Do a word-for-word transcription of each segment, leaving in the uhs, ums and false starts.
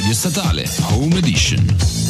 Radio Statale Home Edition.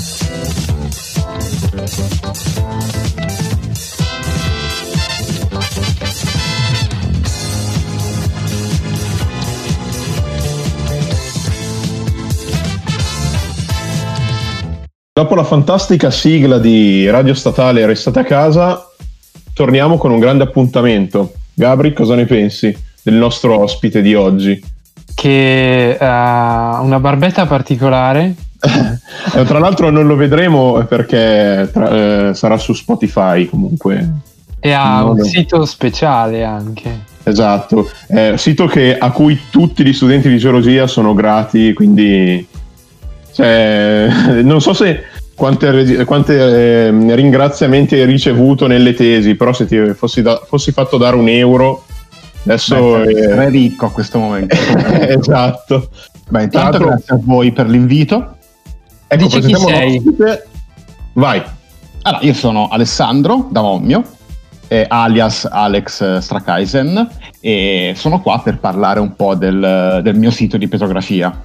Dopo la fantastica sigla di Radio Statale Restate a casa, torniamo con un grande appuntamento. Gabri, cosa ne pensi del nostro ospite di oggi? Che ha una barbetta particolare. eh, tra l'altro non lo vedremo perché tra, eh, sarà su Spotify comunque. E ha non un lo... sito speciale anche. Esatto, eh, sito che, a cui tutti gli studenti di geologia sono grati, quindi cioè, non so se quante, quante eh, ringraziamenti hai ricevuto nelle tesi, però se ti fossi, da, fossi fatto dare un euro adesso Beh, sarei eh... ricco a questo momento. Esatto. Beh, intanto grazie a voi per l'invito. Ecco, dici chi sei? Vai. Allora, io sono Alessandro da Mommio, eh, alias Alex Strakaisen, e sono qua per parlare un po' del, del mio sito di petrografia.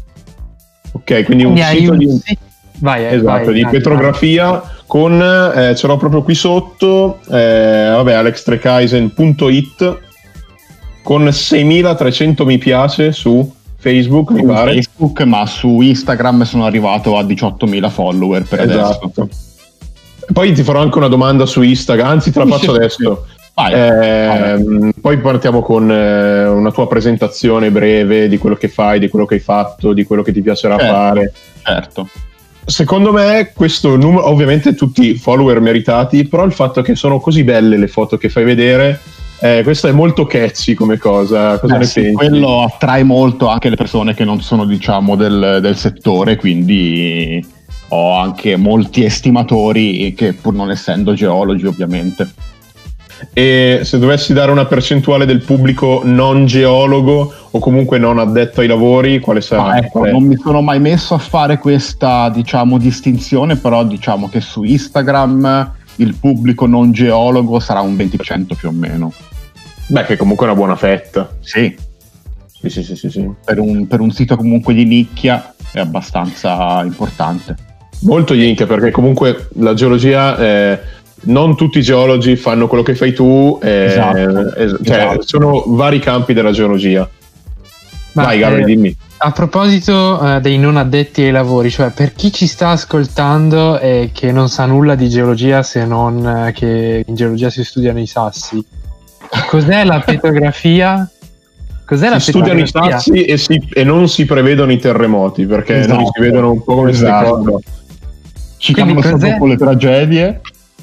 Ok, quindi un Mi sito un... di, vai, esatto, vai, di vai, petrografia vai. Con, eh, ce l'ho proprio qui sotto, eh, vabbè, alex strakaisen punto it, con seimilatrecento mi piace su Facebook, mi pare. Facebook, ma su Instagram sono arrivato a diciottomila follower per esatto. adesso. Poi ti farò anche una domanda su Instagram, anzi te la faccio adesso. Vai. Eh, poi partiamo con eh, una tua presentazione breve di quello che fai, di quello che hai fatto, di quello che ti piacerà certo, fare. Certo. Secondo me questo numero, ovviamente tutti follower meritati, però il fatto che sono così belle le foto che fai vedere, eh, questo è molto catchy come cosa. Cosa eh, ne sì, pensi? Quello attrae molto anche le persone che non sono, diciamo, del, del settore, quindi ho anche molti estimatori che, pur non essendo geologi, ovviamente. E se dovessi dare una percentuale del pubblico non geologo o comunque non addetto ai lavori, quale sarà? Ah, ecco, non mi sono mai messo a fare questa, diciamo, distinzione, però diciamo che su Instagram il pubblico non geologo sarà un venti per cento più o meno. Beh, che comunque è una buona fetta. Sì. Sì, sì, sì, sì, sì. Per un, per un sito comunque di nicchia è abbastanza importante. Molto di nicchia, perché comunque la geologia... Eh, non tutti i geologi fanno quello che fai tu, eh, esatto, eh, cioè esatto. Sono vari campi della geologia. Ma, Vai Gabri, eh, dimmi. A proposito eh, dei non addetti ai lavori, cioè per chi ci sta ascoltando e che non sa nulla di geologia se non eh, che in geologia si studiano i sassi, cos'è la petrografia? Cos'è la si studiano i sassi e, si, e non si prevedono i terremoti, perché esatto. non si vedono un po' come esatto. queste cose. Ci chiamano solo dopo le tragedie.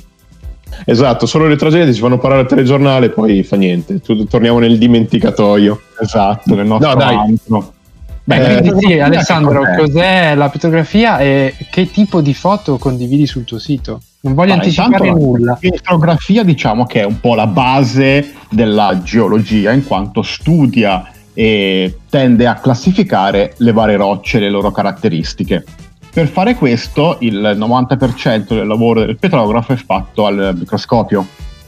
Esatto, solo le tragedie si fanno parlare al telegiornale e poi fa niente, torniamo nel dimenticatoio. Esatto, nel nostro no, dai. antro. Beh, eh, quindi sì, Alessandro, cos'è? cos'è la petrografia e che tipo di foto condividi sul tuo sito? Non voglio allora, anticipare nulla. La petrografia, diciamo che è un po' la base della geologia, in quanto studia e tende a classificare le varie rocce e le loro caratteristiche. Per fare questo, il novanta per cento del lavoro del petrografo è fatto al microscopio.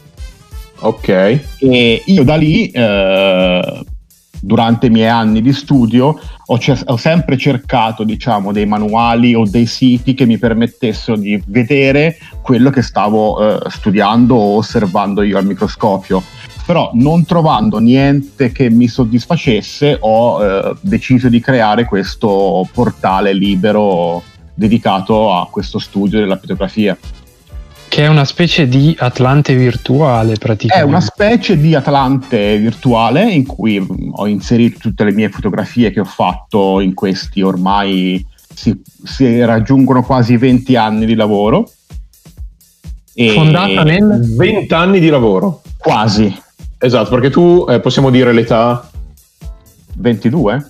Ok. E io da lì, eh, durante i miei anni di studio, ho, cer- ho sempre cercato, diciamo, dei manuali o dei siti che mi permettessero di vedere quello che stavo eh, studiando o osservando io al microscopio. Però non trovando niente che mi soddisfacesse, ho eh, deciso di creare questo portale libero dedicato a questo studio della petrografia. Che è una specie di Atlante virtuale, praticamente. È una specie di Atlante virtuale in cui ho inserito tutte le mie fotografie che ho fatto in questi ormai si, si raggiungono quasi venti anni di lavoro. E fondata nel venti anni di lavoro. Quasi. Esatto, perché tu eh, possiamo dire l'età? ventidue?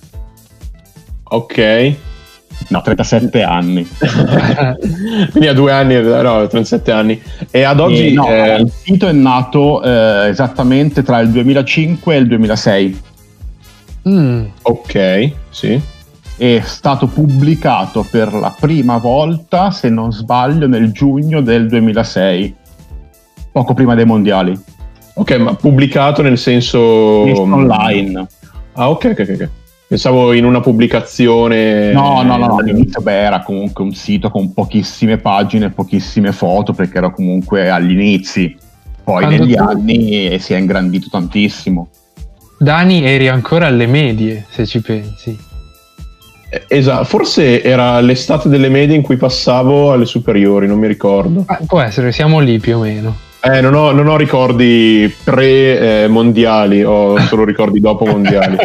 Ok. No, trentasette anni. Quindi a due anni, no, trentasette anni. E ad oggi... E no, eh... il sito è nato eh, esattamente tra il duemilacinque e il duemilasei. Mm. Ok, sì. È stato pubblicato per la prima volta, se non sbaglio, nel giugno del duemilasei, poco prima dei mondiali. Ok, ma pubblicato nel senso... online. Ah, ok, ok, ok. Pensavo in una pubblicazione. No, no, no, all'inizio beh, era comunque un sito con pochissime pagine, pochissime foto, perché era comunque agli inizi. Poi Quando negli tu... anni si è ingrandito tantissimo. Dani, eri ancora alle medie, se ci pensi. Esatto, forse era l'estate delle medie in cui passavo alle superiori, non mi ricordo. Ah, può essere, siamo lì più o meno. Eh, non ho, non ho ricordi pre-mondiali, eh, ho solo ricordi dopo mondiali.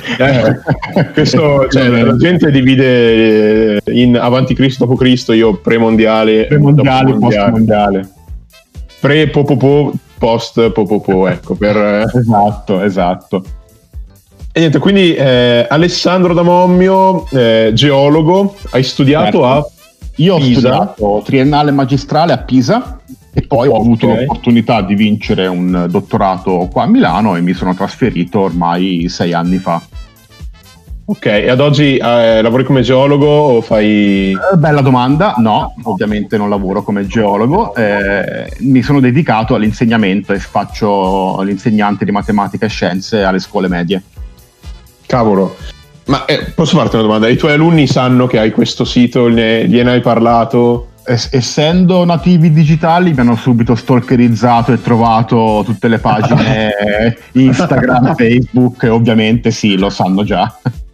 Eh, questo, cioè, la gente divide in avanti Cristo, dopo Cristo, io pre-mondiale, pre-mondiale, post-mondiale. Pre-popopò, post-popopò, ecco. Per... Esatto, esatto. E niente, quindi eh, Alessandro da Mommio, eh, geologo, hai studiato certo. a Io ho Pisa. studiato triennale magistrale a Pisa e poi ho avuto okay. l'opportunità di vincere un dottorato qua a Milano e mi sono trasferito ormai sei anni fa. Ok, e ad oggi eh, lavori come geologo o fai... Eh, bella domanda, no, ovviamente non lavoro come geologo, eh, mi sono dedicato all'insegnamento e faccio l'insegnante di matematica e scienze alle scuole medie. Cavolo, ma eh, posso farti una domanda? I tuoi alunni sanno che hai questo sito, ne, gliene hai parlato? Es- essendo nativi digitali mi hanno subito stalkerizzato e trovato tutte le pagine Instagram, Facebook, e ovviamente sì, lo sanno già.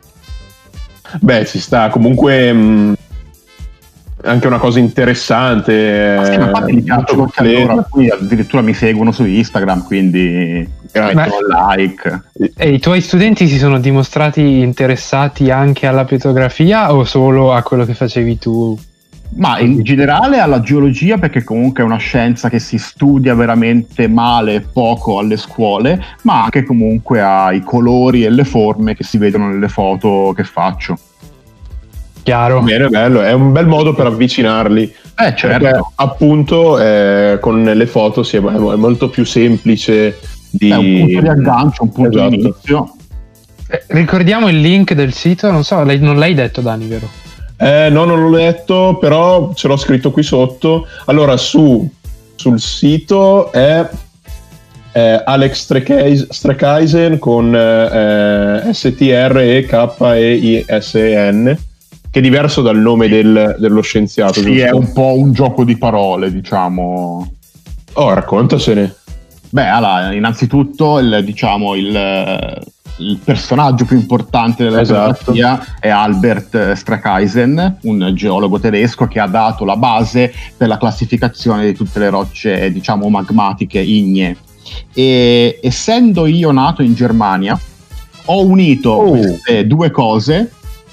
Beh, ci sta, comunque mh, anche una cosa interessante. Ma sì, ma infatti eh, allora, qui addirittura mi seguono su Instagram, quindi mettono like. E i tuoi studenti si sono dimostrati interessati anche alla petrografia o solo a quello che facevi tu? Ma in generale alla geologia, perché comunque è una scienza che si studia veramente male e poco alle scuole, ma anche comunque ai colori e le forme che si vedono nelle foto che faccio. Chiaro. Bene, bello, è un bel modo per avvicinarli. Eh certo. Perché appunto eh, con le foto sì, è molto più semplice di... È un punto di aggancio, un punto esatto. di inizio. Eh, ricordiamo il link del sito, non so, lei, non l'hai detto Dani, vero? Eh, no, non l'ho detto, però ce l'ho scritto qui sotto. Allora, su sul sito è eh, Alex Streckaisen con eh, S T R E K E I S E N, che è diverso dal nome del, dello scienziato. Sì, giusto? È un po' un gioco di parole, diciamo. Oh, raccontasene. Beh, allora, innanzitutto il, diciamo il il personaggio più importante della fotografia esatto. è Albert Streckaisen, un geologo tedesco che ha dato la base per la classificazione di tutte le rocce, diciamo, magmatiche ignee. E essendo io nato in Germania, ho unito oh. queste due cose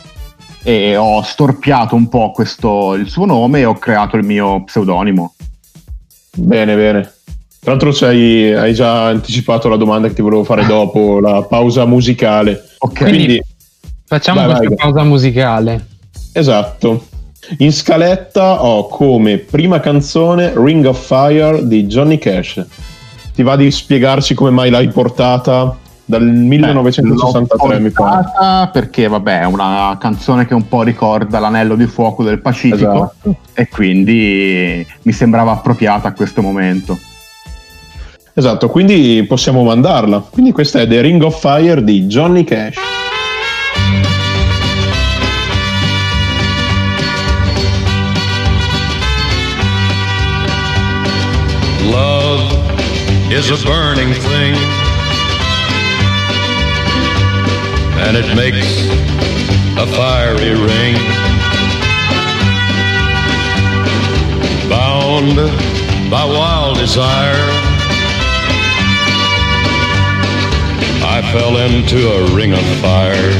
e ho storpiato un po' questo il suo nome e ho creato il mio pseudonimo. Bene, bene. Tra l'altro hai, hai già anticipato la domanda che ti volevo fare dopo, la pausa musicale. Ok, quindi, quindi facciamo vai, questa vai. pausa musicale. Esatto. In scaletta ho come prima canzone Ring of Fire di Johnny Cash. Ti va di spiegarci come mai l'hai portata dal millenovecentosessantatré? Beh, mi pare. Perché vabbè è una canzone che un po' ricorda l'anello di fuoco del Pacifico esatto. e quindi mi sembrava appropriata a questo momento. Esatto, quindi possiamo mandarla. Quindi questa è The Ring of Fire di Johnny Cash. Love is a burning thing, and it makes a fiery ring. Bound by wild desire, I fell into a ring of fire.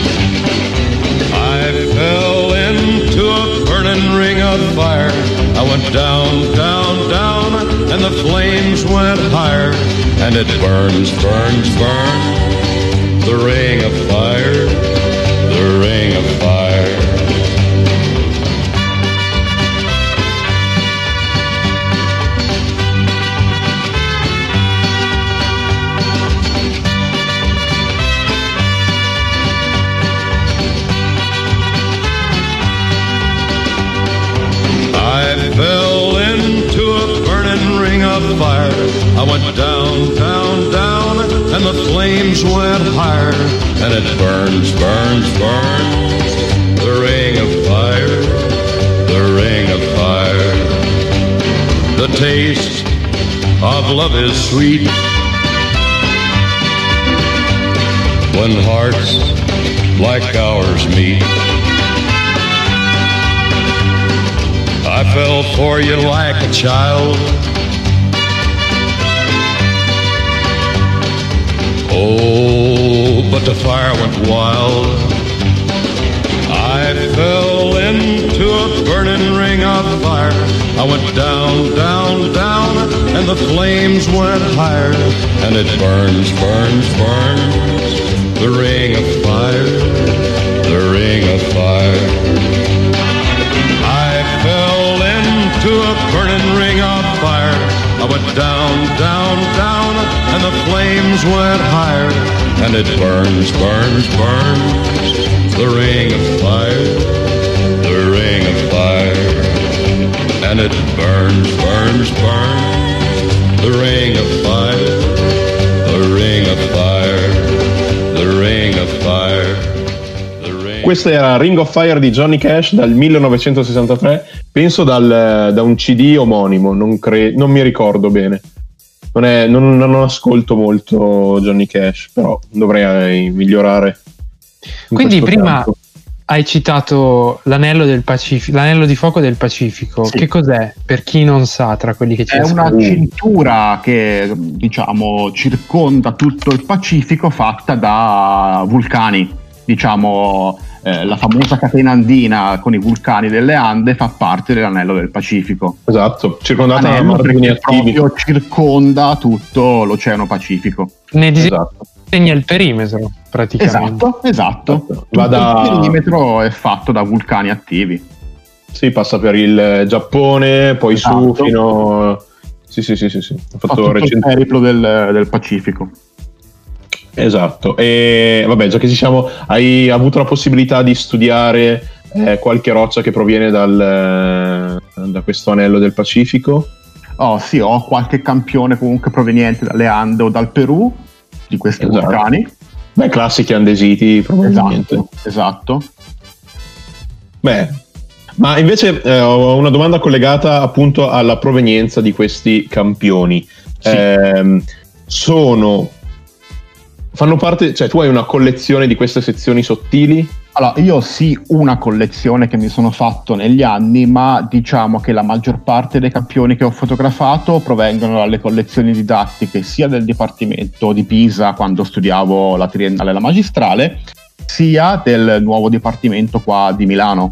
I fell into a burning ring of fire. I went down, down, down, and the flames went higher. And it burns, burns, burns, the ring of fire, the ring of fire. I fell into a burning ring of fire. I went down, down, down, and the flames went higher. And it burns, burns. of love is sweet. When hearts like ours meet, I fell for you like a child. Oh, but the fire went wild. I fell into a burning ring of fire. I went down, down, down, and the flames went higher. And it burns, burns, burns, the ring of fire, the ring of fire. I fell into a burning ring of fire. I went down, down, down, and the flames went higher. And it burns, burns, burns, the ring of fire, the ring of fire. And it burns, burns, burns, the ring of fire, the ring of fire, the ring of fire. Questa era Ring of Fire di Johnny Cash dal millenovecentosessantatré, penso dal, da un C D omonimo, non, cre- non mi ricordo bene. Non, è, non, non ascolto molto Johnny Cash, però dovrei migliorare. Quindi prima campo. Hai citato l'anello del Pacifico, l'anello di fuoco del Pacifico. Sì. Che cos'è? Per chi non sa, tra quelli che ci è una cintura che, diciamo, circonda tutto il Pacifico, fatta da vulcani. Diciamo, eh, la famosa catena andina con i vulcani delle Ande fa parte dell'anello del Pacifico. Esatto, circondata da margini attivi. Proprio circonda tutto l'Oceano Pacifico. Ne disegna esatto. il perimetro, praticamente. Esatto, esatto. esatto. Va da... Il perimetro è fatto da vulcani attivi. Sì, passa per il Giappone, poi esatto. su fino... Sì, sì, sì, sì, sì. Ho fatto, fatto recent... il periplo del, del Pacifico. Esatto, e vabbè, già che ci siamo, hai avuto la possibilità di studiare eh, qualche roccia che proviene dal, da questo anello del Pacifico? Oh sì, ho qualche campione comunque proveniente dalle Ande o dal Perù, di questi esatto. vulcani. Beh, classici andesiti probabilmente. Esatto, esatto. Beh, ma invece eh, ho una domanda collegata appunto alla provenienza di questi campioni. Sì. Eh, sono... Fanno parte, cioè tu hai una collezione di queste sezioni sottili? Allora, io sì, una collezione che mi sono fatto negli anni, ma diciamo che la maggior parte dei campioni che ho fotografato provengono dalle collezioni didattiche sia del Dipartimento di Pisa quando studiavo la triennale e la magistrale, sia del nuovo Dipartimento qua di Milano.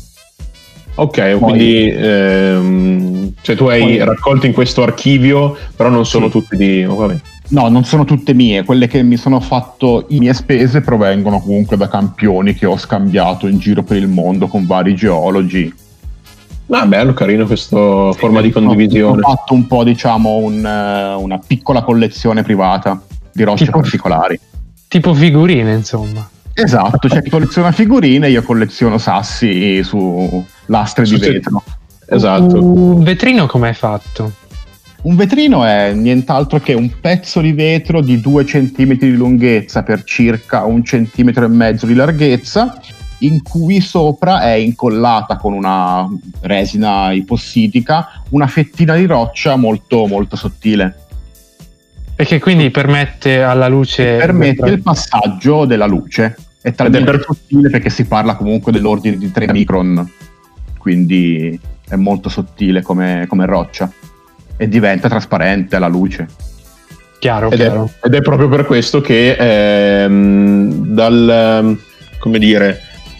Ok, poi, quindi ehm, cioè tu hai poi, raccolto in questo archivio, però non sono sì. tutti di... Oh, vabbè. No, non sono tutte mie, quelle che mi sono fatto in mie spese provengono comunque da campioni che ho scambiato in giro per il mondo con vari geologi. Ah, bello, carino questa sì, forma di condivisione. Ho fatto un po', diciamo, un, una piccola collezione privata di rocce tipo, particolari. Tipo figurine, insomma. Esatto, c'è chi colleziona figurine, io colleziono sassi su lastre su di vetro. Esatto. Un vetrino com'è fatto? Un vetrino è nient'altro che un pezzo di vetro di due centimetri di lunghezza per circa un centimetro e mezzo di larghezza, in cui sopra è incollata con una resina ipossidica una fettina di roccia molto molto sottile. Perché quindi permette alla luce... Permette il passaggio della luce. È talmente per... sottile perché si parla comunque dell'ordine di tre micron, quindi è molto sottile come, come roccia. E diventa trasparente alla luce. Chiaro, ed, chiaro. È, ed è proprio per questo che ehm, dal come dire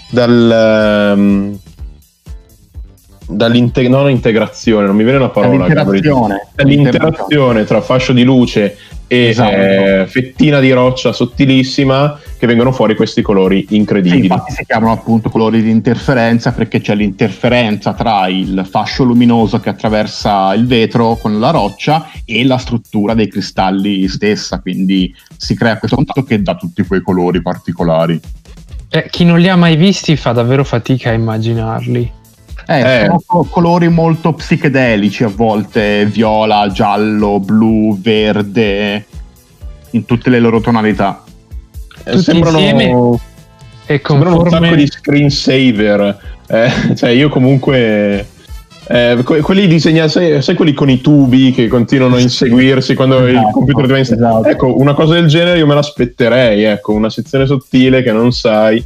dal um, dall'integrazione non integrazione, non mi viene la parola, dall'interazione, dall'interazione tra fascio di luce e esatto. eh, fettina di roccia sottilissima che vengono fuori questi colori incredibili. Sì, infatti si chiamano appunto colori di interferenza perché c'è l'interferenza tra il fascio luminoso che attraversa il vetro con la roccia e la struttura dei cristalli stessa, quindi si crea questo contatto che dà tutti quei colori particolari. Eh, chi non li ha mai visti fa davvero fatica a immaginarli. Eh, eh. Sono colori molto psichedelici, a volte viola, giallo, blu, verde, in tutte le loro tonalità. Eh, sembrano, e sembrano un sacco di screensaver. Eh, cioè io comunque Eh, que- quelli disegnati, sai, sai quelli con i tubi che continuano a inseguirsi quando il Esatto, computer deve inse- esatto. Ecco, una cosa del genere io me l'aspetterei, ecco, una sezione sottile che non sai.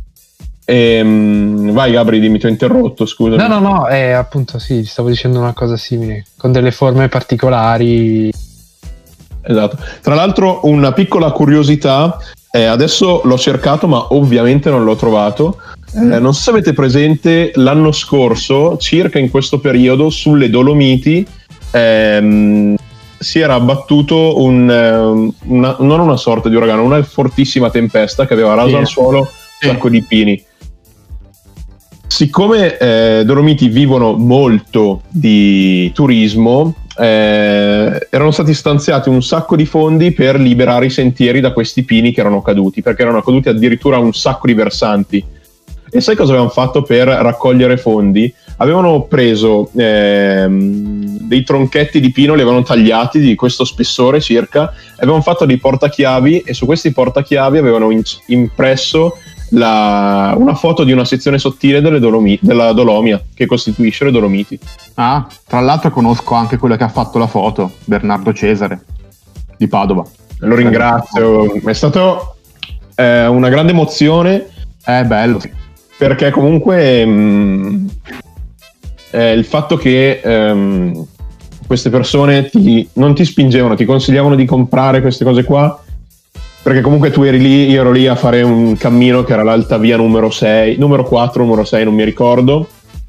Ehm, vai Gabri, dimmi, ti ho interrotto, scusa. No, no, no, è appunto sì, stavo dicendo una cosa simile, con delle forme particolari. Esatto. Tra l'altro una piccola curiosità, eh, adesso l'ho cercato ma ovviamente non l'ho trovato. Eh, non so se avete presente l'anno scorso, circa in questo periodo, sulle Dolomiti ehm, si era abbattuto un, ehm, una, non una sorta di uragano, una fortissima tempesta che aveva raso Sì. al suolo un Sì. sacco di pini. Siccome eh, Dolomiti vivono molto di turismo, eh, erano stati stanziati un sacco di fondi per liberare i sentieri da questi pini che erano caduti, perché erano caduti addirittura un sacco di versanti. E sai cosa avevano fatto per raccogliere fondi? Avevano preso ehm, dei tronchetti di pino, li avevano tagliati di questo spessore circa, avevano fatto dei portachiavi e su questi portachiavi avevano in- impresso la, una foto di una sezione sottile delle Dolomi- della Dolomia che costituisce le Dolomiti. Ah, tra l'altro conosco anche quello che ha fatto la foto, Bernardo Cesare di Padova. Lo ringrazio, è stata eh, una grande emozione. È bello, sì. Perché comunque mh, eh, il fatto che ehm, queste persone ti, non ti spingevano, ti consigliavano di comprare queste cose qua, perché comunque tu eri lì, io ero lì a fare un cammino che era l'Alta Via numero sei, numero quattro, numero sei, non mi ricordo,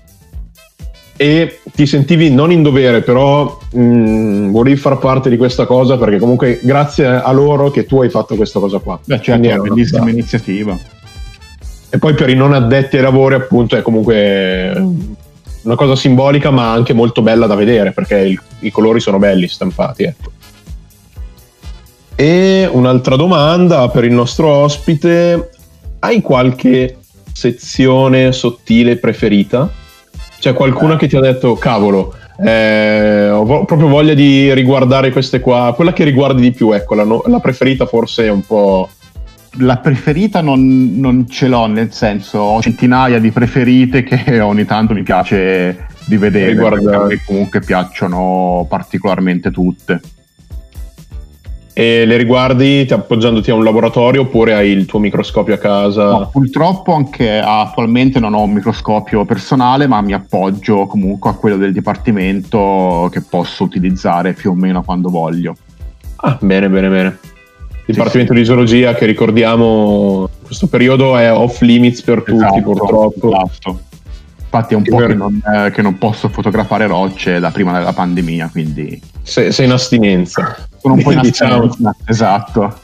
e ti sentivi non in dovere, però mh, volevi far parte di questa cosa, perché comunque grazie a loro che tu hai fatto questa cosa qua. Beh, certo, Quindi è era una una bellissima cosa. iniziativa. E poi per i non addetti ai lavori appunto è comunque una cosa simbolica ma anche molto bella da vedere, perché il- i colori sono belli stampati, ecco. E un'altra domanda per il nostro ospite: hai qualche sezione sottile preferita? C'è qualcuna che ti ha detto cavolo, eh, ho vo- proprio voglia di riguardare queste qua, quella che riguardi di più, ecco, la, no- la preferita forse è un po'... La preferita non, non ce l'ho, nel senso ho centinaia di preferite che ogni tanto mi piace rivedere, Riguardare. perché a me comunque piacciono particolarmente tutte. E le riguardi ti appoggiandoti a un laboratorio oppure hai il tuo microscopio a casa? No, purtroppo anche attualmente non ho un microscopio personale, ma mi appoggio comunque a quello del dipartimento che posso utilizzare più o meno quando voglio. Ah, bene, bene, bene. Il Sì, Dipartimento sì. di Geologia che ricordiamo in questo periodo è off limits per tutti, Esatto, purtroppo. esatto. Infatti è un Che po' ver- che non, eh, che non posso fotografare rocce da prima della pandemia, quindi Se- sei in astinenza. sono un po' in Diciamo. astinenza. Esatto.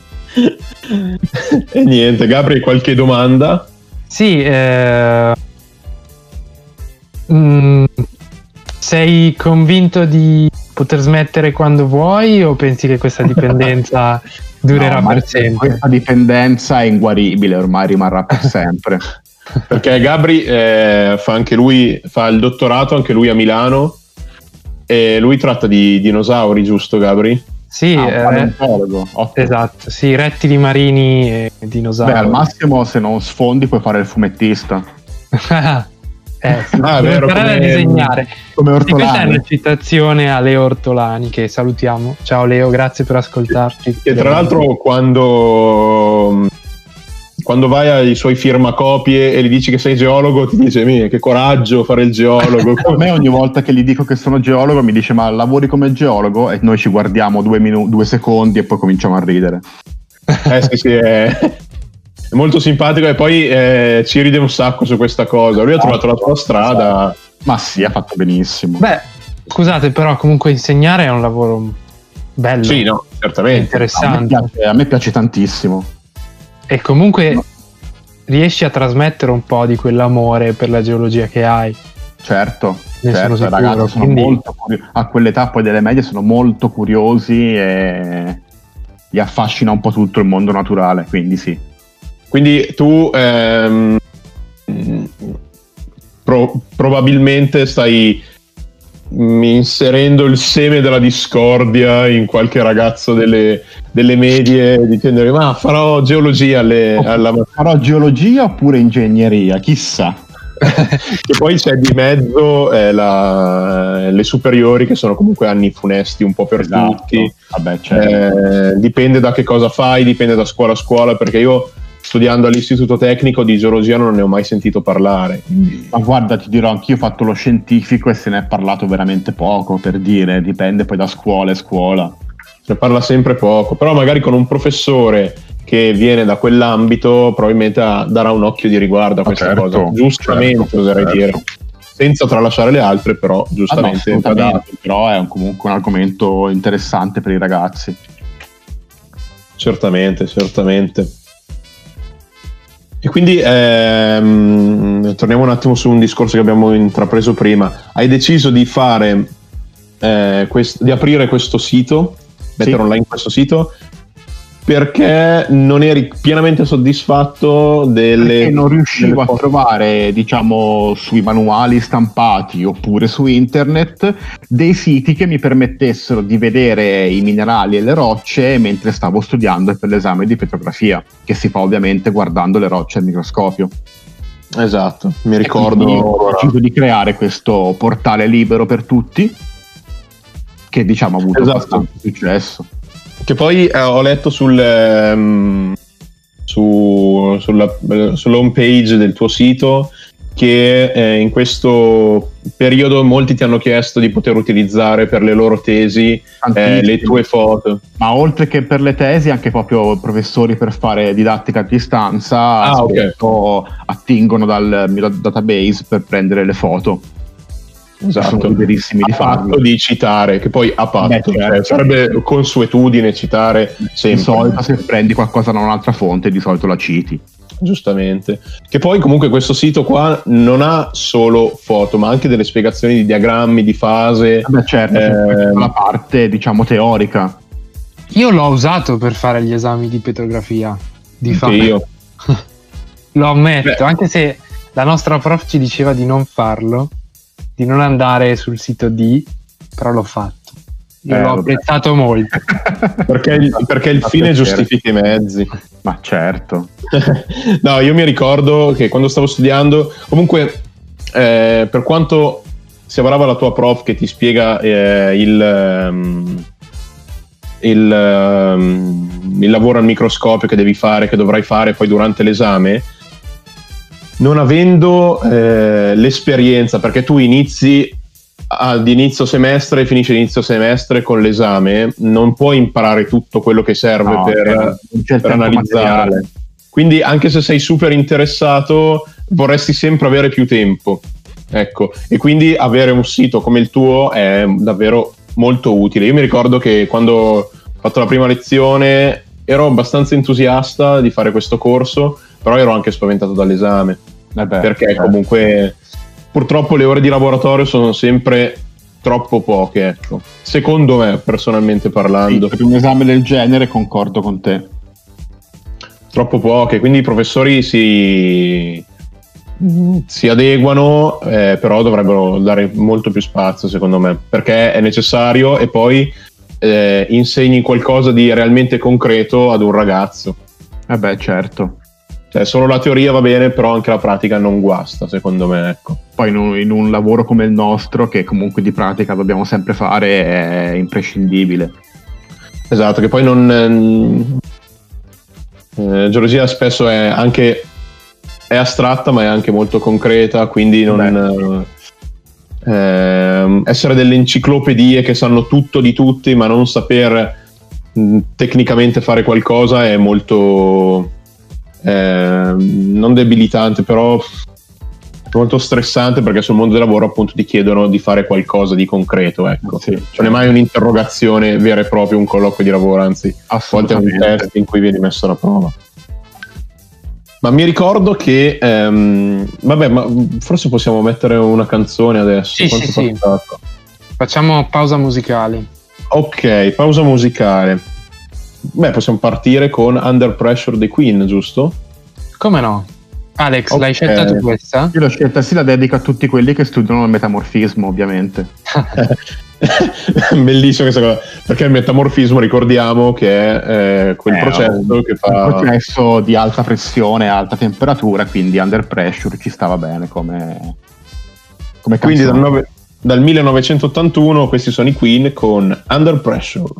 E niente, Gabri, qualche domanda? Sì, eh, mm, sei convinto di poter smettere quando vuoi o pensi che questa dipendenza durerà No, ma per sempre? Questa dipendenza è inguaribile, ormai rimarrà per sempre. Perché Gabri eh, fa anche lui, fa il dottorato anche lui a Milano e lui tratta di dinosauri, giusto Gabri? Sì, Ah, un eh, paleontologo, ottimo. esatto, sì, rettili marini e dinosauri. Beh, al massimo se non sfondi puoi fare il fumettista. eh, sì, Ah, è devo vero, imparare a come- disegnare. Come Sì, questa è Ortolani. una citazione a Leo Ortolani che salutiamo. Ciao Leo, grazie per ascoltarci. E tra l'altro quando, quando vai ai suoi firmacopie e gli dici che sei geologo ti dice "Mi, che coraggio fare il geologo". A me ogni volta che gli dico che sono geologo mi dice ma lavori come geologo? E noi ci guardiamo due, minu- due secondi e poi cominciamo a ridere. Eh sì sì, è, è molto simpatico e poi eh, ci ride un sacco su questa cosa. Lui ha trovato la sua strada. Ma sì, ha fatto benissimo. Beh, scusate, però comunque insegnare è un lavoro bello, Sì, no, è certamente. a, me interessante. piace, a me piace tantissimo. E comunque riesci a trasmettere un po' di quell'amore per la geologia che hai. Certo, Ne certo, sono i ragazzi sicuro, sono quindi- molto curi- a quell'età poi delle medie sono molto curiosi e gli affascina un po' tutto il mondo naturale, quindi sì. Quindi tu ehm, pro- probabilmente stai mm, inserendo il seme della discordia in qualche ragazzo delle, delle medie dicendo ma farò geologia alle, alla Farò geologia oppure ingegneria, chissà. E poi c'è di mezzo eh, la, le superiori, che sono comunque anni funesti un po' per esatto. tutti. Vabbè, certo. eh, dipende da che cosa fai, dipende da scuola a scuola, perché io studiando all'istituto tecnico di geologia non ne ho mai sentito parlare, quindi... Ma guarda, ti dirò, anch'io ho fatto lo scientifico e se ne è parlato veramente poco, per dire, dipende poi da scuola e scuola. Se ne parla sempre poco, però magari con un professore che viene da quell'ambito probabilmente darà un occhio di riguardo a questa certo, cosa, giustamente, certo, oserei certo. dire, senza tralasciare le altre, però giustamente. Ah, no, dato, però è un, comunque un argomento interessante per i ragazzi. Certamente, certamente. E quindi ehm, torniamo un attimo su un discorso che abbiamo intrapreso prima. Hai deciso di fare eh, quest- di aprire questo sito, mettere sì. online questo sito, perché non eri pienamente soddisfatto delle... Perché non riuscivo a trovare, diciamo, sui manuali stampati oppure su internet dei siti che mi permettessero di vedere i minerali e le rocce mentre stavo studiando per l'esame di petrografia, che si fa ovviamente guardando le rocce al microscopio. Esatto, mi ricordo. Ho deciso di creare questo portale libero per tutti, che diciamo ha avuto esatto. abbastanza successo. Che poi eh, ho letto sul, um, su, sulla, sull'home page del tuo sito che eh, in questo periodo molti ti hanno chiesto di poter utilizzare per le loro tesi eh, le tue foto. Ma oltre che per le tesi, anche proprio professori per fare didattica a distanza ah, okay. attingono dal mio database per prendere le foto. Esatto, sono liberissimi di farlo, di citare, che poi a patto, Beh, certo. cioè, sarebbe consuetudine citare sempre. Di solito se prendi qualcosa da un'altra fonte di solito la citi. Giustamente. Che poi comunque questo sito qua non ha solo foto, ma anche delle spiegazioni di diagrammi, di fase. Beh, certo, eh, la parte diciamo teorica. Io l'ho usato per fare gli esami di petrografia, di anche fare. io. Lo ammetto, Beh. anche se la nostra prof ci diceva di non farlo, di non andare sul sito D, però l'ho fatto. Io eh, l'ho vabbè. apprezzato molto. Perché il, perché il fine giustifica i mezzi. Ma certo. No, io mi ricordo che quando stavo studiando, comunque, eh, per quanto sia brava la tua prof che ti spiega eh, il, um, il, um, il lavoro al microscopio che devi fare, che dovrai fare poi durante l'esame, non avendo eh, l'esperienza, perché tu inizi ad inizio semestre e finisci inizio semestre con l'esame, non puoi imparare tutto quello che serve no, per, per analizzare. Materiale. Quindi anche se sei super interessato vorresti sempre avere più tempo, ecco, e quindi avere un sito come il tuo è davvero molto utile. Io mi ricordo che quando ho fatto la prima lezione ero abbastanza entusiasta di fare questo corso, però ero anche spaventato dall'esame. Vabbè, perché certo. Comunque purtroppo le ore di laboratorio sono sempre troppo poche, ecco. Secondo me, personalmente parlando. Sì, per un esame del genere concordo con te. Troppo poche, quindi i professori si, si adeguano, eh, però dovrebbero dare molto più spazio, secondo me, perché è necessario, e poi eh, insegni qualcosa di realmente concreto ad un ragazzo. Eh beh, certo. Cioè, solo la teoria va bene, però anche la pratica non guasta, secondo me, ecco. Poi in un, in un lavoro come il nostro, che comunque di pratica dobbiamo sempre fare, è imprescindibile. Esatto, che poi non... Eh, geologia spesso è anche è astratta, ma è anche molto concreta, quindi non... Eh, essere delle enciclopedie che sanno tutto di tutti, ma non saper mh, tecnicamente fare qualcosa è molto... Eh, non debilitante, però molto stressante, perché sul mondo del lavoro appunto ti chiedono di fare qualcosa di concreto, ecco. Sì, non è mai un'interrogazione vera e propria, un colloquio di lavoro, anzi a volte è un test in cui vieni messo alla prova. Ma mi ricordo che ehm, vabbè, ma forse possiamo mettere una canzone adesso. Sì, sì, sì. Facciamo pausa musicale. Ok, pausa musicale. Beh, possiamo partire con Under Pressure dei Queen, giusto? Come no? Alex, Okay. l'hai scelta tu questa? Io l'ho scelta, sì, la dedico a tutti quelli che studiano il metamorfismo, ovviamente. Bellissimo questa cosa, perché il metamorfismo, ricordiamo che è eh, quel È processo un, che fa un processo di alta pressione, alta temperatura, quindi Under Pressure ci stava bene come, come quindi dal, canzone. nove- dal millenovecentottantuno questi sono i Queen con Under Pressure.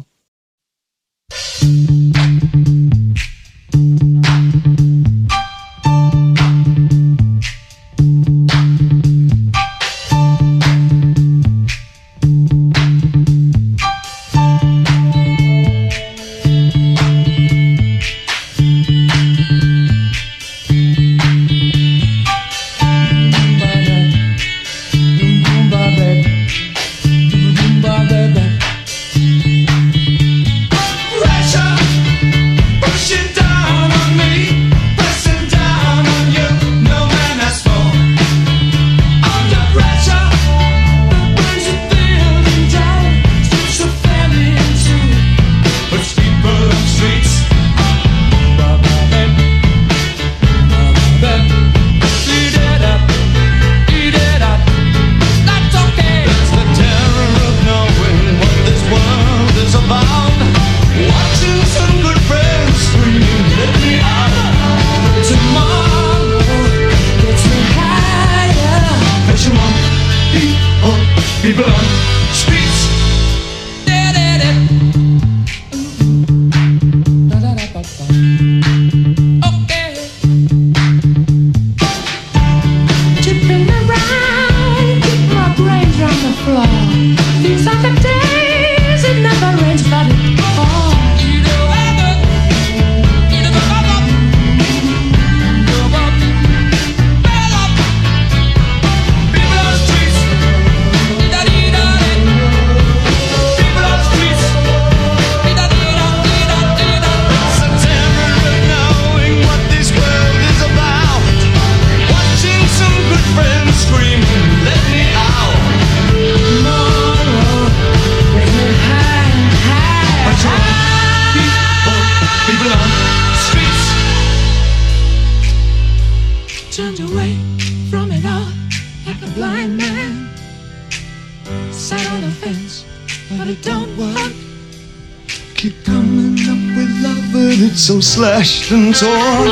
So slashed and torn.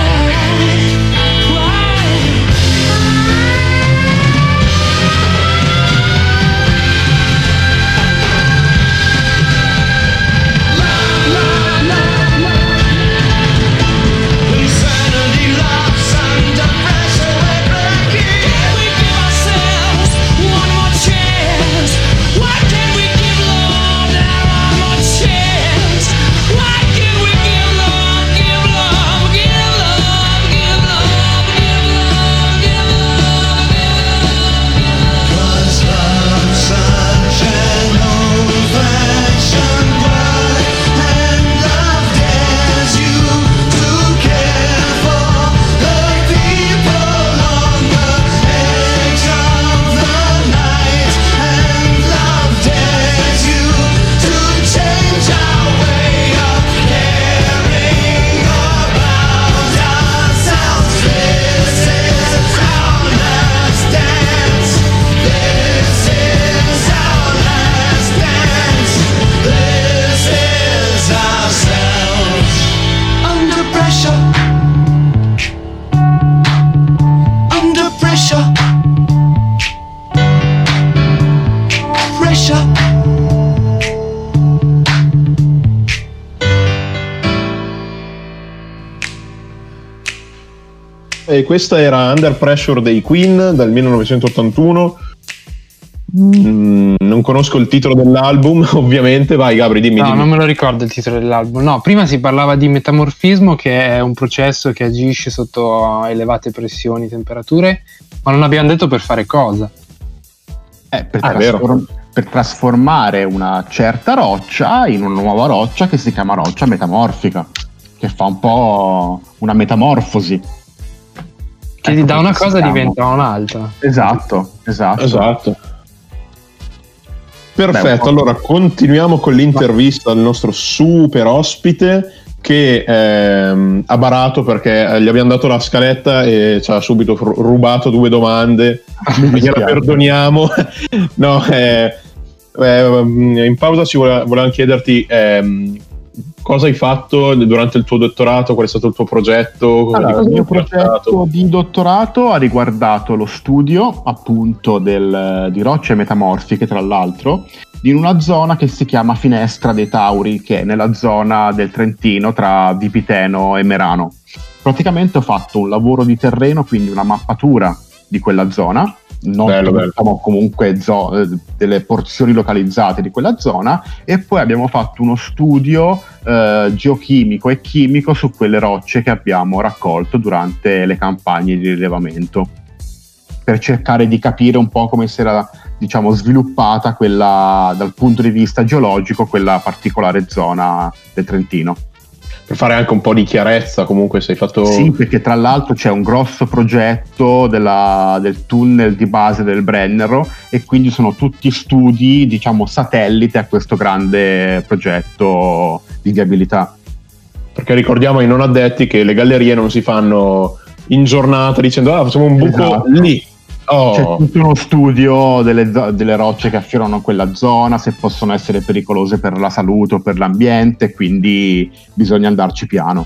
E questa era Under Pressure dei Queen dal millenovecentottantuno. Mm, non conosco il titolo dell'album, ovviamente. Vai Gabri, dimmi. No, dimmi. non me lo ricordo il titolo dell'album. No, prima si parlava di metamorfismo, che è un processo che agisce sotto elevate pressioni, temperature, ma non abbiamo detto per fare cosa. Eh, per, Ah, è trasform- per trasformare una certa roccia in una nuova roccia che si chiama roccia metamorfica, che fa un po' una metamorfosi. Che Ecco da una perché si cosa chiama. diventa un'altra. Esatto, esatto. Esatto. Perfetto, Beh, allora continuiamo con l'intervista al nostro super ospite. che ehm, ha barato perché gli abbiamo dato la scaletta e ci ha subito fr- rubato due domande. Gliela perdoniamo. No, eh, eh, in pausa ci voleva, volevamo chiederti ehm, cosa hai fatto durante il tuo dottorato, qual è stato il tuo progetto? Allora, il mio progetto di dottorato ha riguardato lo studio appunto del, di rocce metamorfiche, tra l'altro, in una zona che si chiama Finestra dei Tauri, che è nella zona del Trentino tra Vipiteno e Merano. Praticamente ho fatto un lavoro di terreno, quindi una mappatura di quella zona, non bello, bello. comunque zo- delle porzioni localizzate di quella zona, e poi abbiamo fatto uno studio eh, geochimico e chimico su quelle rocce che abbiamo raccolto durante le campagne di rilevamento, per cercare di capire un po' come si era, diciamo, sviluppata quella, dal punto di vista geologico, quella particolare zona del Trentino. Per fare anche un po' di chiarezza, comunque sei fatto... Sì, perché tra l'altro c'è un grosso progetto della, del tunnel di base del Brennero, e quindi sono tutti studi, diciamo, satellite a questo grande progetto di viabilità. Perché ricordiamo ai non addetti che le gallerie non si fanno in giornata dicendo ah, facciamo un buco esatto. lì. Oh. C'è tutto uno studio delle, delle rocce che affiorano quella zona, se possono essere pericolose per la salute o per l'ambiente, quindi bisogna andarci piano.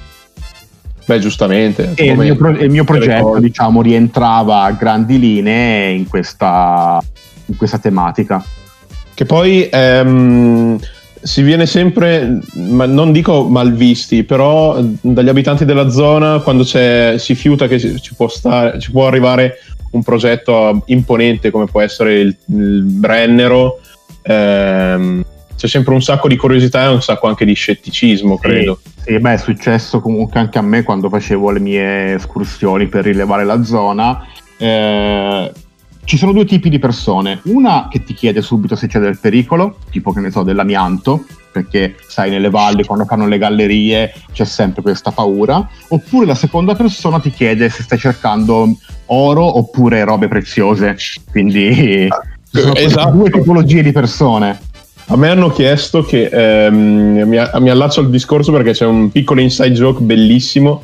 Beh, giustamente. E il mio, pro- il mio progetto, diciamo, rientrava a grandi linee in questa, in questa tematica. Che poi ehm, si viene sempre, ma non dico malvisti, però dagli abitanti della zona, quando c'è, si fiuta che ci può stare, ci può arrivare un progetto imponente come può essere il, il Brennero, ehm, c'è sempre un sacco di curiosità e un sacco anche di scetticismo, credo. Sì, sì, beh, è successo comunque anche a me quando facevo le mie escursioni per rilevare la zona. Eh, ci sono due tipi di persone: una che ti chiede subito se c'è del pericolo, tipo, che ne so, dell'amianto, perché sai, nelle valli quando fanno le gallerie c'è sempre questa paura. Oppure la seconda persona ti chiede se stai cercando oro oppure robe preziose. Quindi ci sono esatto. due tipologie di persone. A me hanno chiesto che ehm, mi, mi allaccio al discorso perché c'è un piccolo inside joke bellissimo.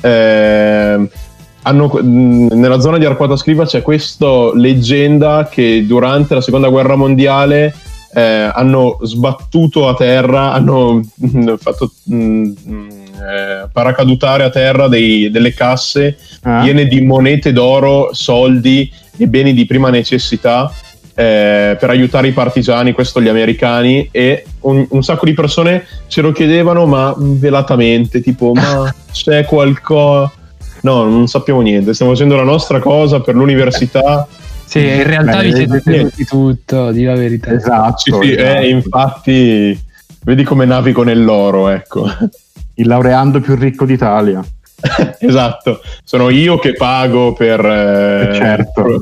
Eh, hanno, nella zona di Arquata Scriva c'è questa leggenda che durante la seconda guerra mondiale eh, hanno sbattuto a terra, hanno mh, fatto mh, eh, paracadutare a terra dei, delle casse ah. piene di monete d'oro, soldi e beni di prima necessità eh, per aiutare i partigiani, questo gli americani, e un, un sacco di persone ce lo chiedevano ma velatamente, tipo ma c'è qualcosa. No, non sappiamo niente, stiamo facendo la nostra cosa per l'università. Sì, in realtà vi siete tenuti tutto, di la verità. Esatto, sì, sì, esatto. Eh, infatti vedi come navigo nell'oro, ecco. Il laureando più ricco d'Italia. Esatto, sono io che pago per... Eh, certo.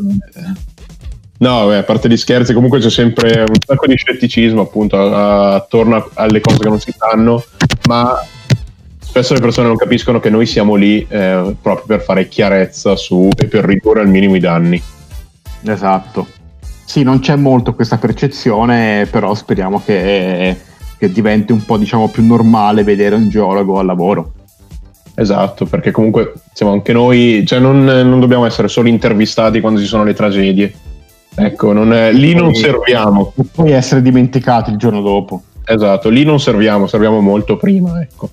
No, beh, a parte gli scherzi, comunque c'è sempre un sacco di scetticismo appunto attorno alle cose che non si sanno, ma spesso le persone non capiscono che noi siamo lì eh, proprio per fare chiarezza su e per ridurre al minimo i danni. Esatto. Sì, non c'è molto questa percezione, però speriamo che, che diventi un po', diciamo, più normale vedere un geologo al lavoro. Esatto, perché comunque siamo anche noi, cioè non, non dobbiamo essere solo intervistati quando ci sono le tragedie. Ecco, non è, lì non serviamo. E poi essere dimenticati il giorno dopo. Esatto, lì non serviamo, serviamo molto prima, ecco.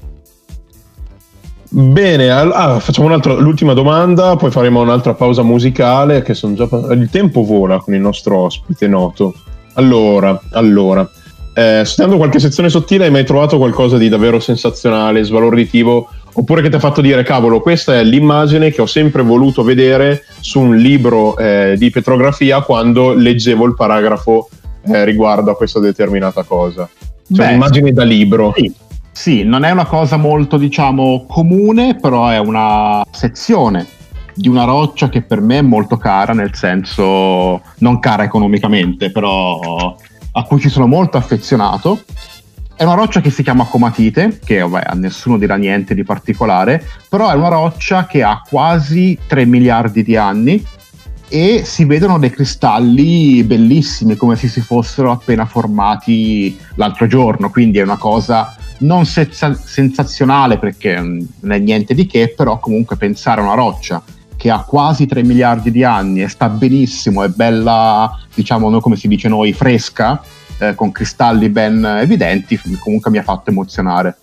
Bene, ah, facciamo un'altra, l'ultima domanda, poi faremo un'altra pausa musicale, che sono già il tempo vola con il nostro ospite noto. Allora, allora, eh, studiando qualche sezione sottile, hai mai trovato qualcosa di davvero sensazionale, sbalorditivo, oppure che ti ha fatto dire cavolo, questa è l'immagine che ho sempre voluto vedere su un libro eh, di petrografia quando leggevo il paragrafo eh, riguardo a questa determinata cosa? Cioè un'immagine da libro. Sì. Sì, non è una cosa molto, diciamo, comune, però è una sezione di una roccia che per me è molto cara, nel senso, non cara economicamente, però a cui ci sono molto affezionato. È una roccia che si chiama comatite, che vabbè, a nessuno dirà niente di particolare, però è una roccia che ha quasi tre miliardi di anni e si vedono dei cristalli bellissimi, come se si fossero appena formati l'altro giorno, quindi è una cosa non senza- sensazionale perché non è niente di che, però comunque pensare a una roccia che ha quasi tre miliardi di anni e sta benissimo, è bella, diciamo noi come si dice noi, fresca, eh, con cristalli ben evidenti, comunque mi ha fatto emozionare.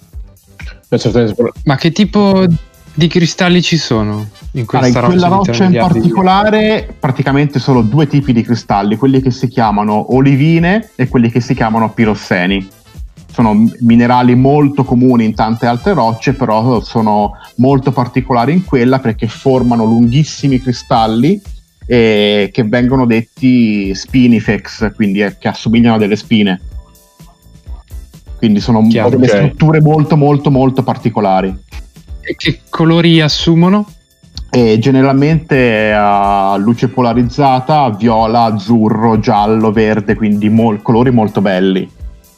Ma che tipo di cristalli ci sono in questa allora, in quella roccia, roccia in particolare praticamente solo due tipi di cristalli, quelli che si chiamano olivine e quelli che si chiamano pirosseni. Sono minerali molto comuni in tante altre rocce, però sono molto particolari in quella perché formano lunghissimi cristalli eh, che vengono detti spinifex, quindi eh, che assomigliano a delle spine. Quindi sono Chiaro, delle okay. strutture molto molto molto particolari. E che colori assumono? E generalmente a luce polarizzata, viola, azzurro, giallo, verde, quindi mol- colori molto belli.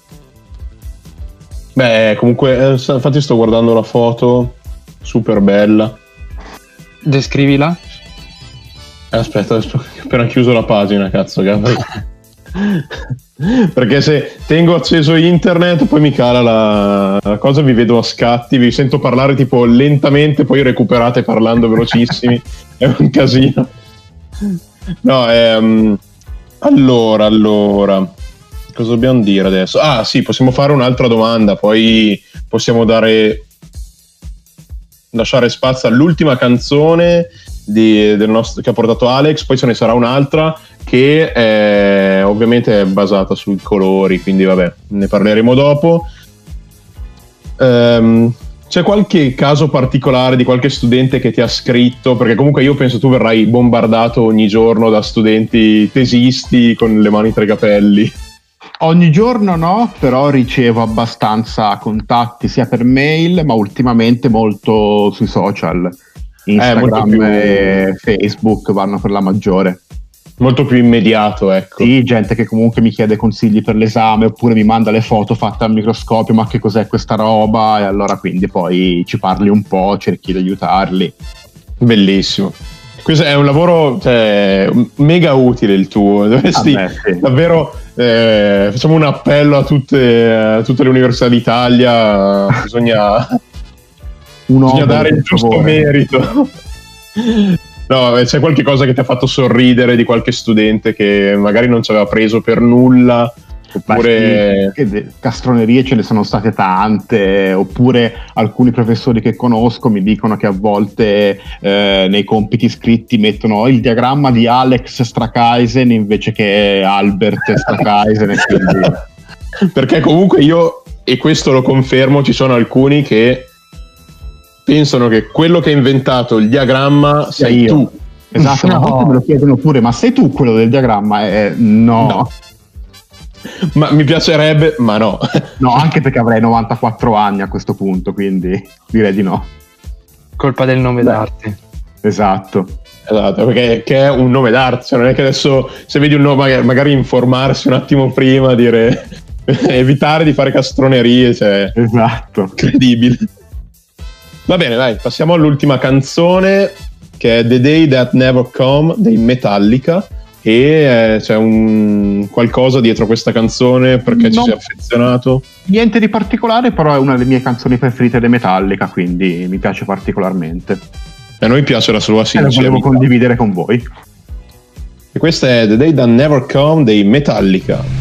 Beh, comunque, eh, infatti sto guardando la foto, super bella. Descrivila. Eh, Aspetta, ho appena chiuso la pagina, cazzo, Gabri. Perché se tengo acceso internet poi mi cala la, la cosa, vi vedo a scatti, vi sento parlare tipo lentamente, poi recuperate parlando velocissimi, è un casino. No, ehm, allora, allora, cosa dobbiamo dire adesso? Ah sì, possiamo fare un'altra domanda, poi possiamo dare lasciare spazio all'ultima canzone di, del nostro, che ha portato Alex, poi ce ne sarà un'altra che è, ovviamente è basata sui colori, quindi vabbè, ne parleremo dopo. Um, c'è qualche caso particolare di qualche studente che ti ha scritto? Perché comunque io penso tu verrai bombardato ogni giorno da studenti tesisti con le mani tra i capelli. Ogni giorno no, però ricevo abbastanza contatti sia per mail, ma ultimamente molto sui social. Instagram eh, più... e Facebook vanno per la maggiore. Molto più immediato, ecco. Sì, gente che comunque mi chiede consigli per l'esame oppure mi manda le foto fatte al microscopio, ma che cos'è questa roba? E allora quindi poi ci parli un po', cerchi di aiutarli. Bellissimo. Questo è un lavoro, cioè, mega utile il tuo. Dovresti ah beh, sì. davvero eh, facciamo un appello a tutte, a tutte le università d'Italia. Bisogna, bisogna dare il giusto favore. merito. No, c'è qualche cosa che ti ha fatto sorridere di qualche studente che magari non ci aveva preso per nulla? Oppure sì, castronerie ce ne sono state tante, oppure alcuni professori che conosco mi dicono che a volte eh, nei compiti scritti mettono il diagramma di Alex Strakaisen invece che Albert Strakaisen. Quindi... perché comunque io, e questo lo confermo, ci sono alcuni che pensano che quello che ha inventato il diagramma sei io. tu. Esatto, no. Ma me lo chiedono pure, ma sei tu quello del diagramma? Eh, no. no. Ma mi piacerebbe, ma no. No, anche perché avrei novantaquattro anni a questo punto, quindi direi di no. Colpa del nome Beh. d'arte. Esatto. Esatto, perché che è un nome d'arte, cioè non è che adesso se vedi un nome magari, magari informarsi un attimo prima, dire evitare di fare castronerie, cioè esatto. Incredibile. Va bene, dai, passiamo all'ultima canzone che è The Day That Never Come dei Metallica. E eh, c'è un qualcosa dietro questa canzone perché ci no, sei affezionato? Niente di particolare, però è una delle mie canzoni preferite dei Metallica, quindi mi piace particolarmente. E a noi piace la sua sincerità. E la volevo condividere con voi. E questa è The Day That Never Come dei Metallica.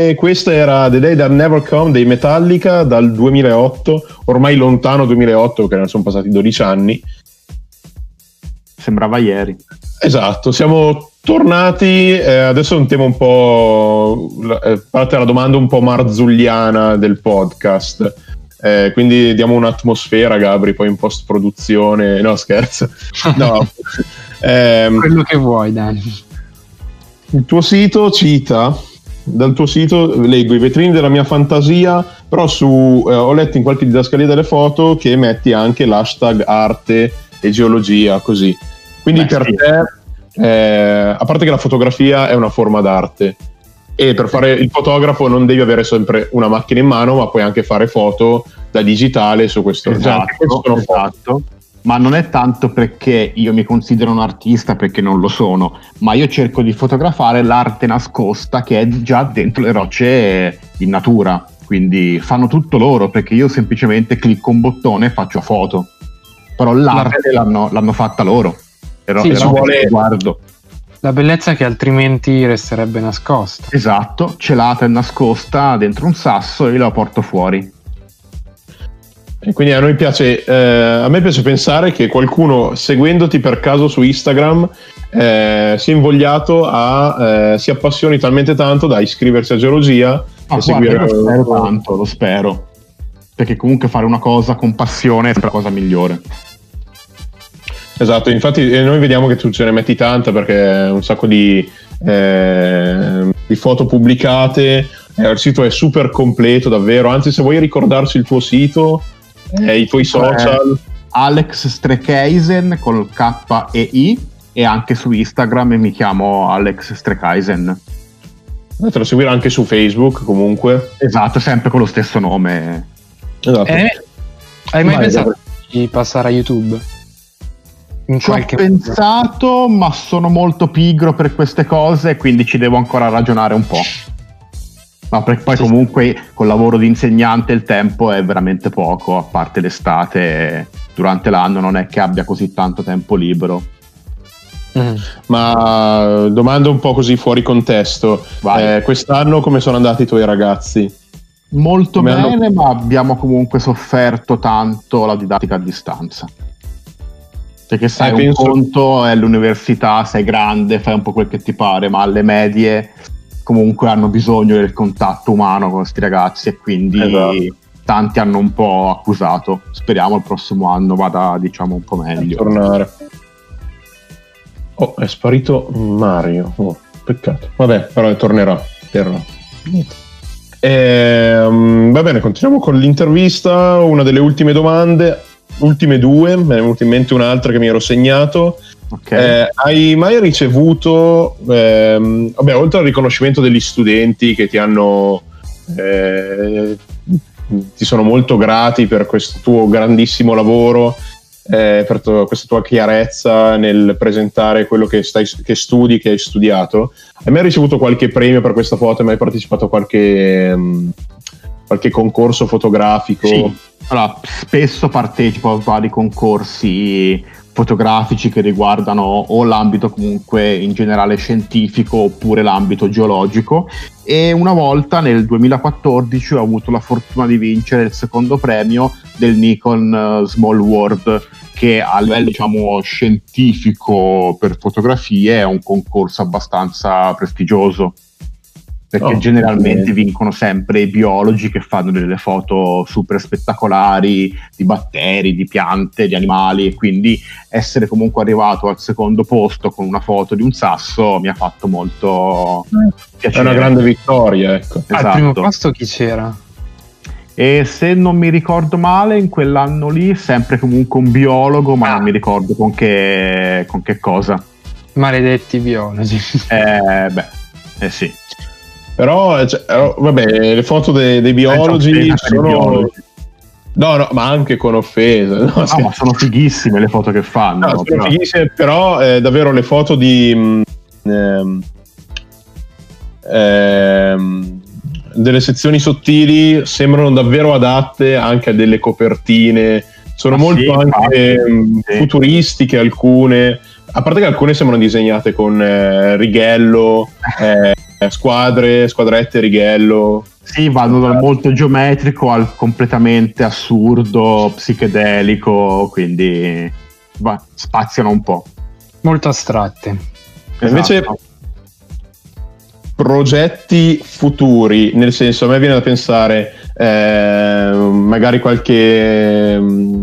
E questa era The Day That Never Come dei Metallica dal duemilaotto, ormai lontano duemilaotto, che ne sono passati dodici anni. Sembrava ieri. Esatto, siamo tornati, eh, adesso è un tema un po', eh, parte la domanda un po' marzulliana del podcast, eh, quindi diamo un'atmosfera, Gabri, poi in post-produzione, no scherzo, no. eh, Quello che vuoi, Dani. Il tuo sito cita, dal tuo sito leggo i vetrini della mia fantasia, però su, eh, ho letto in qualche didascalia delle foto che metti anche l'hashtag arte e geologia, così. Quindi Beh, per sì. te, eh, a parte che la fotografia è una forma d'arte e per fare il fotografo non devi avere sempre una macchina in mano, ma puoi anche fare foto da digitale su questo. Esatto, esatto. Ma non è tanto perché io mi considero un artista, perché non lo sono, ma io cerco di fotografare l'arte nascosta che è già dentro le rocce in natura, quindi fanno tutto loro, perché io semplicemente clicco un bottone e faccio foto, però l'arte l'hanno, l'hanno fatta loro. Però sì, ci vuole guardo. La bellezza che altrimenti resterebbe nascosta. Esatto, celata e nascosta dentro un sasso e la porto fuori. E quindi a noi piace, eh, a me piace pensare che qualcuno seguendoti per caso su Instagram eh, sia invogliato a eh, si appassioni talmente tanto da iscriversi a geologia ah, e guarda, seguire. Lo spero tanto, lo spero, perché comunque fare una cosa con passione è la cosa migliore. Esatto, infatti noi vediamo che tu ce ne metti tanta, perché un sacco di, eh, di foto pubblicate, eh, il sito è super completo davvero, anzi se vuoi ricordarci il tuo sito, eh, i tuoi social. Eh, Alex Strekeisen col K e I, e anche su Instagram mi chiamo Alex Strekeisen. Te lo seguire anche su Facebook comunque. Esatto, sempre con lo stesso nome. Esatto. Eh, hai mai Vai, pensato di passare a YouTube? In ci ho pensato, modo. Ma sono molto pigro per queste cose, quindi ci devo ancora ragionare un po'. Ma perché poi sì, comunque col lavoro di insegnante il tempo è veramente poco, a parte l'estate, durante l'anno non è che abbia così tanto tempo libero. Mm. Ma domanda un po' così fuori contesto, eh, quest'anno come sono andati i tuoi ragazzi? Molto come bene, hanno... ma abbiamo comunque sofferto tanto la didattica a distanza. Perché sai, eh, un penso... conto è l'università, sei grande, fai un po' quel che ti pare, ma alle medie comunque hanno bisogno del contatto umano con questi ragazzi e quindi esatto, tanti hanno un po' accusato. Speriamo il prossimo anno vada, diciamo, un po' meglio. Tornare. Oh, è sparito Mario. Oh, peccato. Vabbè, però tornerà. tornerà. Ehm, va bene, continuiamo con l'intervista. Una delle ultime domande. Ultime due, me ne è venuta in mente un'altra che mi ero segnato. Okay. Eh, hai mai ricevuto, ehm, vabbè, oltre al riconoscimento degli studenti che ti hanno, eh, ti sono molto grati per questo tuo grandissimo lavoro, eh, per to- questa tua chiarezza nel presentare quello che, stai, che studi, che hai studiato, hai mai ricevuto qualche premio per questa foto? Hai mai partecipato a qualche, um, qualche concorso fotografico? Sì. Allora, spesso partecipo a vari concorsi fotografici che riguardano o l'ambito comunque in generale scientifico oppure l'ambito geologico, e una volta nel duemilaquattordici ho avuto la fortuna di vincere il secondo premio del Nikon Small World, che a livello, diciamo, scientifico per fotografie è un concorso abbastanza prestigioso, perché oh, generalmente okay. vincono sempre i biologi che fanno delle foto super spettacolari di batteri, di piante, di animali, e quindi essere comunque arrivato al secondo posto con una foto di un sasso mi ha fatto molto piacere. È una grande vittoria, ecco. Esatto. Al primo posto chi c'era? E se non mi ricordo male, in quell'anno lì sempre comunque un biologo, ma ah. non mi ricordo con che, con che cosa. Maledetti biologi. Eh beh, eh sì. Però, cioè, vabbè, le foto dei, dei biologi sono... Biologi. No, no, ma anche con offese. No, no, ma sono fighissime le foto che fanno. No, sono però. fighissime, però eh, davvero le foto di... Mh, ehm, ehm, delle sezioni sottili sembrano davvero adatte anche a delle copertine. Sono ah, molto sì, anche sì. futuristiche alcune. A parte che alcune sembrano disegnate con eh, righello... Eh, squadre, squadrette, righello. Sì, vanno dal molto geometrico al completamente assurdo, psichedelico, quindi va, spaziano un po'. Molto astratte. Esatto. Invece progetti futuri, nel senso, a me viene da pensare eh, magari qualche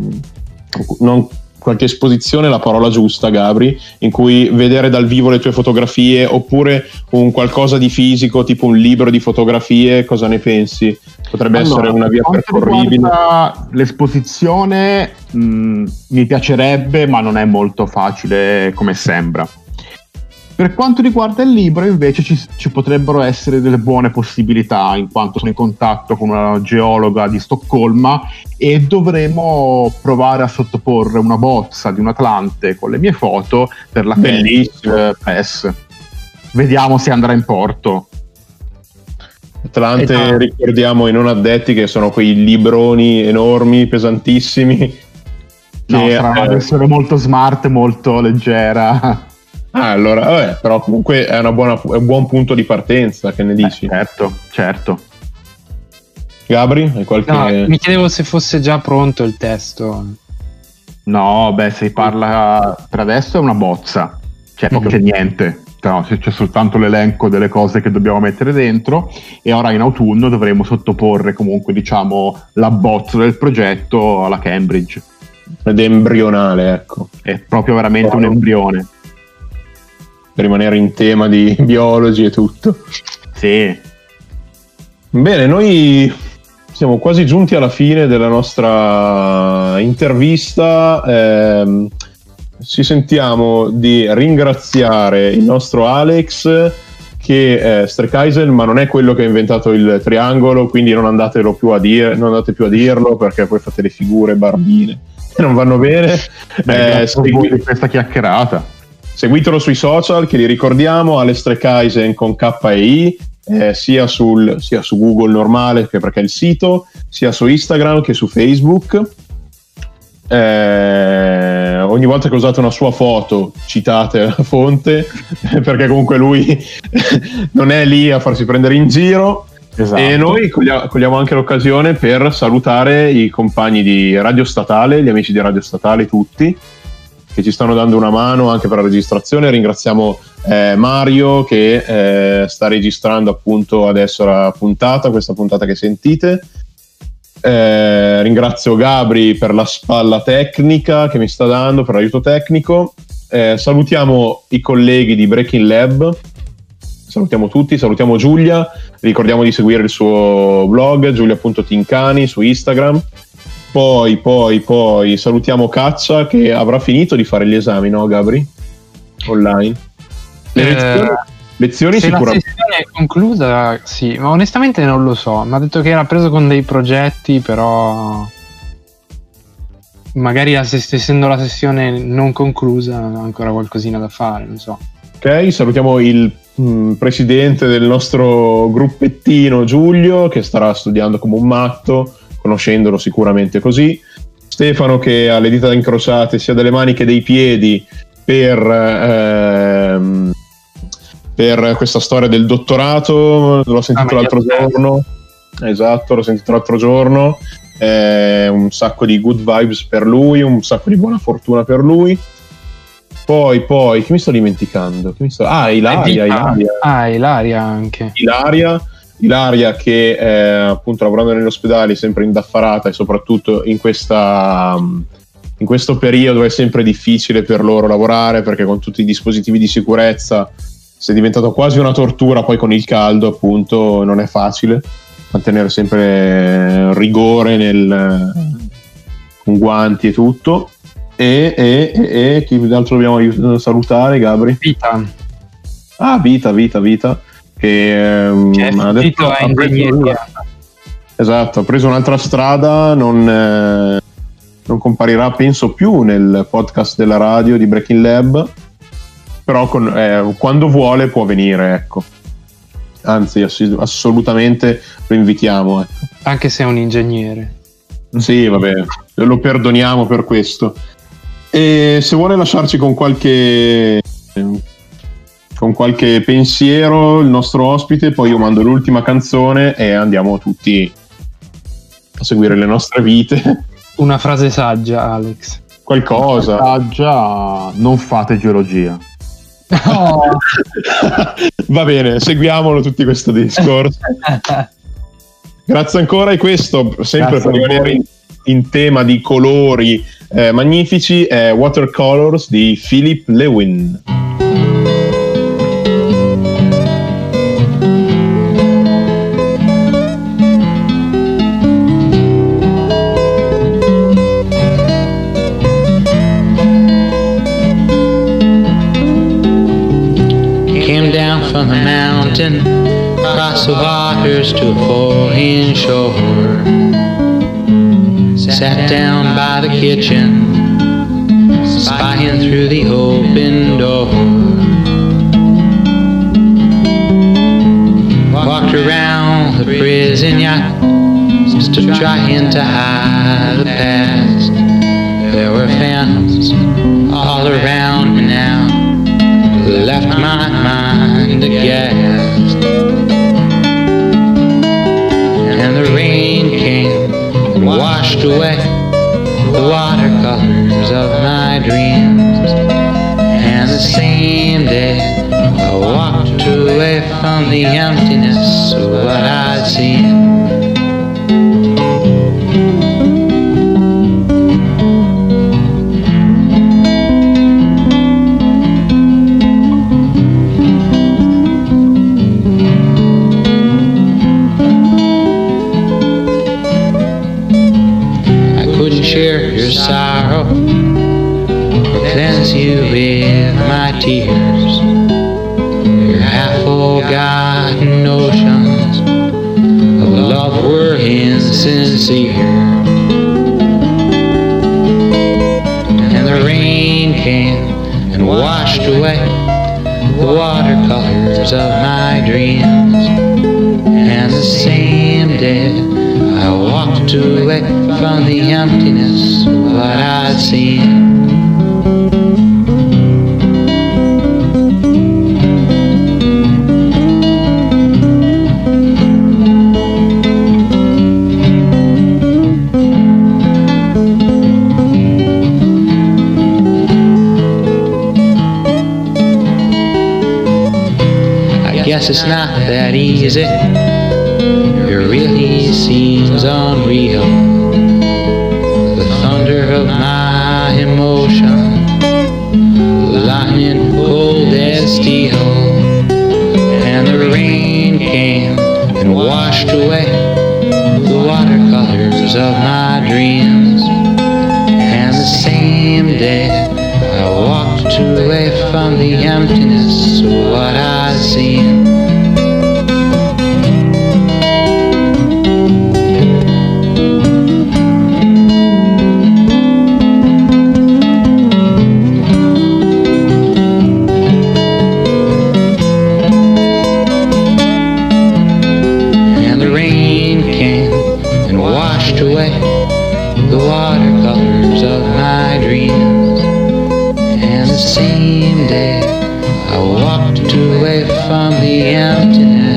non qualche esposizione, la parola giusta, Gabri, in cui vedere dal vivo le tue fotografie, oppure un qualcosa di fisico, tipo un libro di fotografie, cosa ne pensi? Potrebbe allora, essere una via percorribile. L'esposizione mh, mi piacerebbe, ma non è molto facile come sembra. Per quanto riguarda il libro, invece, ci, ci potrebbero essere delle buone possibilità, in quanto sono in contatto con una geologa di Stoccolma e dovremo provare a sottoporre una bozza di un Atlante con le mie foto per la Cambridge Press. Vediamo se andrà in porto. Atlante, esatto. Ricordiamo i non addetti che sono quei libroni enormi, pesantissimi. No, che, sarà una eh... versione molto smart, molto leggera. Ah, allora, vabbè, però comunque è, una buona, è un buon punto di partenza, che ne dici? Eh, certo, certo. Gabri, hai qualche... No, mi chiedevo se fosse già pronto il testo. No, beh, se parla per adesso è una bozza, cioè non c'è niente, no, c'è soltanto l'elenco delle cose che dobbiamo mettere dentro, e ora in autunno dovremo sottoporre comunque, diciamo, la bozza del progetto alla Cambridge. Ed è embrionale, ecco. È proprio veramente un embrione. Per rimanere in tema di biologi e tutto. Sì. Bene, noi siamo quasi giunti alla fine della nostra intervista. Eh, ci sentiamo di ringraziare il nostro Alex, che è Streckeisen, ma non è quello che ha inventato il triangolo, quindi non andatelo più a dire, non andate più a dirlo, perché poi fate le figure barbine che non vanno bene. Beh, eh, segui di questa chiacchierata. Seguitelo sui social, che li ricordiamo, Alex Streckeisen con K e I, eh, sia, sul, sia su Google normale, che perché è il sito, sia su Instagram che su Facebook. Eh, ogni volta che usate una sua foto citate la fonte, perché comunque lui non è lì a farsi prendere in giro. Esatto. E noi cogliamo, cogliamo anche l'occasione per salutare i compagni di Radio Statale, gli amici di Radio Statale tutti, che ci stanno dando una mano anche per la registrazione. Ringraziamo eh, Mario, che eh, sta registrando appunto adesso la puntata, questa puntata che sentite. Eh, ringrazio Gabri per la spalla tecnica che mi sta dando, per l'aiuto tecnico. Eh, salutiamo i colleghi di Breaking Lab, salutiamo tutti, salutiamo Giulia, ricordiamo di seguire il suo blog giulia.tincani su Instagram. Poi, poi, poi salutiamo Caccia, che avrà finito di fare gli esami, no Gabri? Online. Le eh, lezioni, lezioni se sicuramente. La sessione è conclusa, sì, ma onestamente non lo so. Mi ha detto che era preso con dei progetti, però magari essendo la sessione non conclusa ha ancora qualcosina da fare, non so. Ok, salutiamo il mh, presidente del nostro gruppettino Giulio, che starà studiando come un matto, conoscendolo sicuramente così. Stefano, che ha le dita incrociate sia delle mani che dei piedi per, ehm, per questa storia del dottorato. L'ho sentito ah, l'altro giorno. Esatto, l'ho sentito l'altro giorno. Eh, un sacco di good vibes per lui, un sacco di buona fortuna per lui. Poi, poi, chi mi sto dimenticando? Chi mi sto... Ah, Ilaria, Ilaria. Ah, Ilaria anche. Ilaria. Ilaria, che eh, appunto lavorando negli ospedali, sempre indaffarata, e soprattutto in questa in questo periodo è sempre difficile per loro lavorare, perché con tutti i dispositivi di sicurezza si è diventato quasi una tortura. Poi con il caldo appunto non è facile mantenere sempre rigore nel, con guanti e tutto. E, e, e, e chi altro dobbiamo salutare, Gabri? Vita. Ah, Vita, Vita, Vita. Che ehm, adesso ha preso, esatto, ha preso un'altra strada, non, eh, non comparirà penso più nel podcast della radio di Breaking Lab, però con, eh, quando vuole può venire, ecco, anzi ass- assolutamente lo invitiamo, ecco. Anche se è un ingegnere. Sì, vabbè, lo perdoniamo per questo. E se vuole lasciarci con qualche con qualche pensiero il nostro ospite, poi io mando l'ultima canzone e andiamo tutti a seguire le nostre vite. Una frase saggia, Alex. Qualcosa. Saggia, non fate geologia. Oh. Va bene, seguiamolo tutti questo discorso. Grazie ancora, e questo sempre Grazie per rimanere in, in tema di colori eh, magnifici è Watercolors di Philip Lewin. Came down from the mountain, across the waters to a foreign shore. Sat down by the kitchen, spying through the open door. Walked around the prison yacht, still trying to hide the past. There were phantoms all around me now, left my mind aghast. And the rain came and washed away the watercolors of my dreams. And the same day I walked away from the emptiness of what I'd seen. Share your sorrow, cleanse you with my tears. Your half-forgotten notions of love were insincere. And the rain came and washed away the watercolors of my dreams. And the same day I walked away from the emptiness of what I'd seen. I guess it's not that easy. It really seems unreal. The thunder of my emotion, lightning cold as steel. And the rain came and washed away the watercolors of my dreams. And the same day I walked away from the emptiness of what I'd seen. The watercolors of my dreams. And the same day I walked away from the emptiness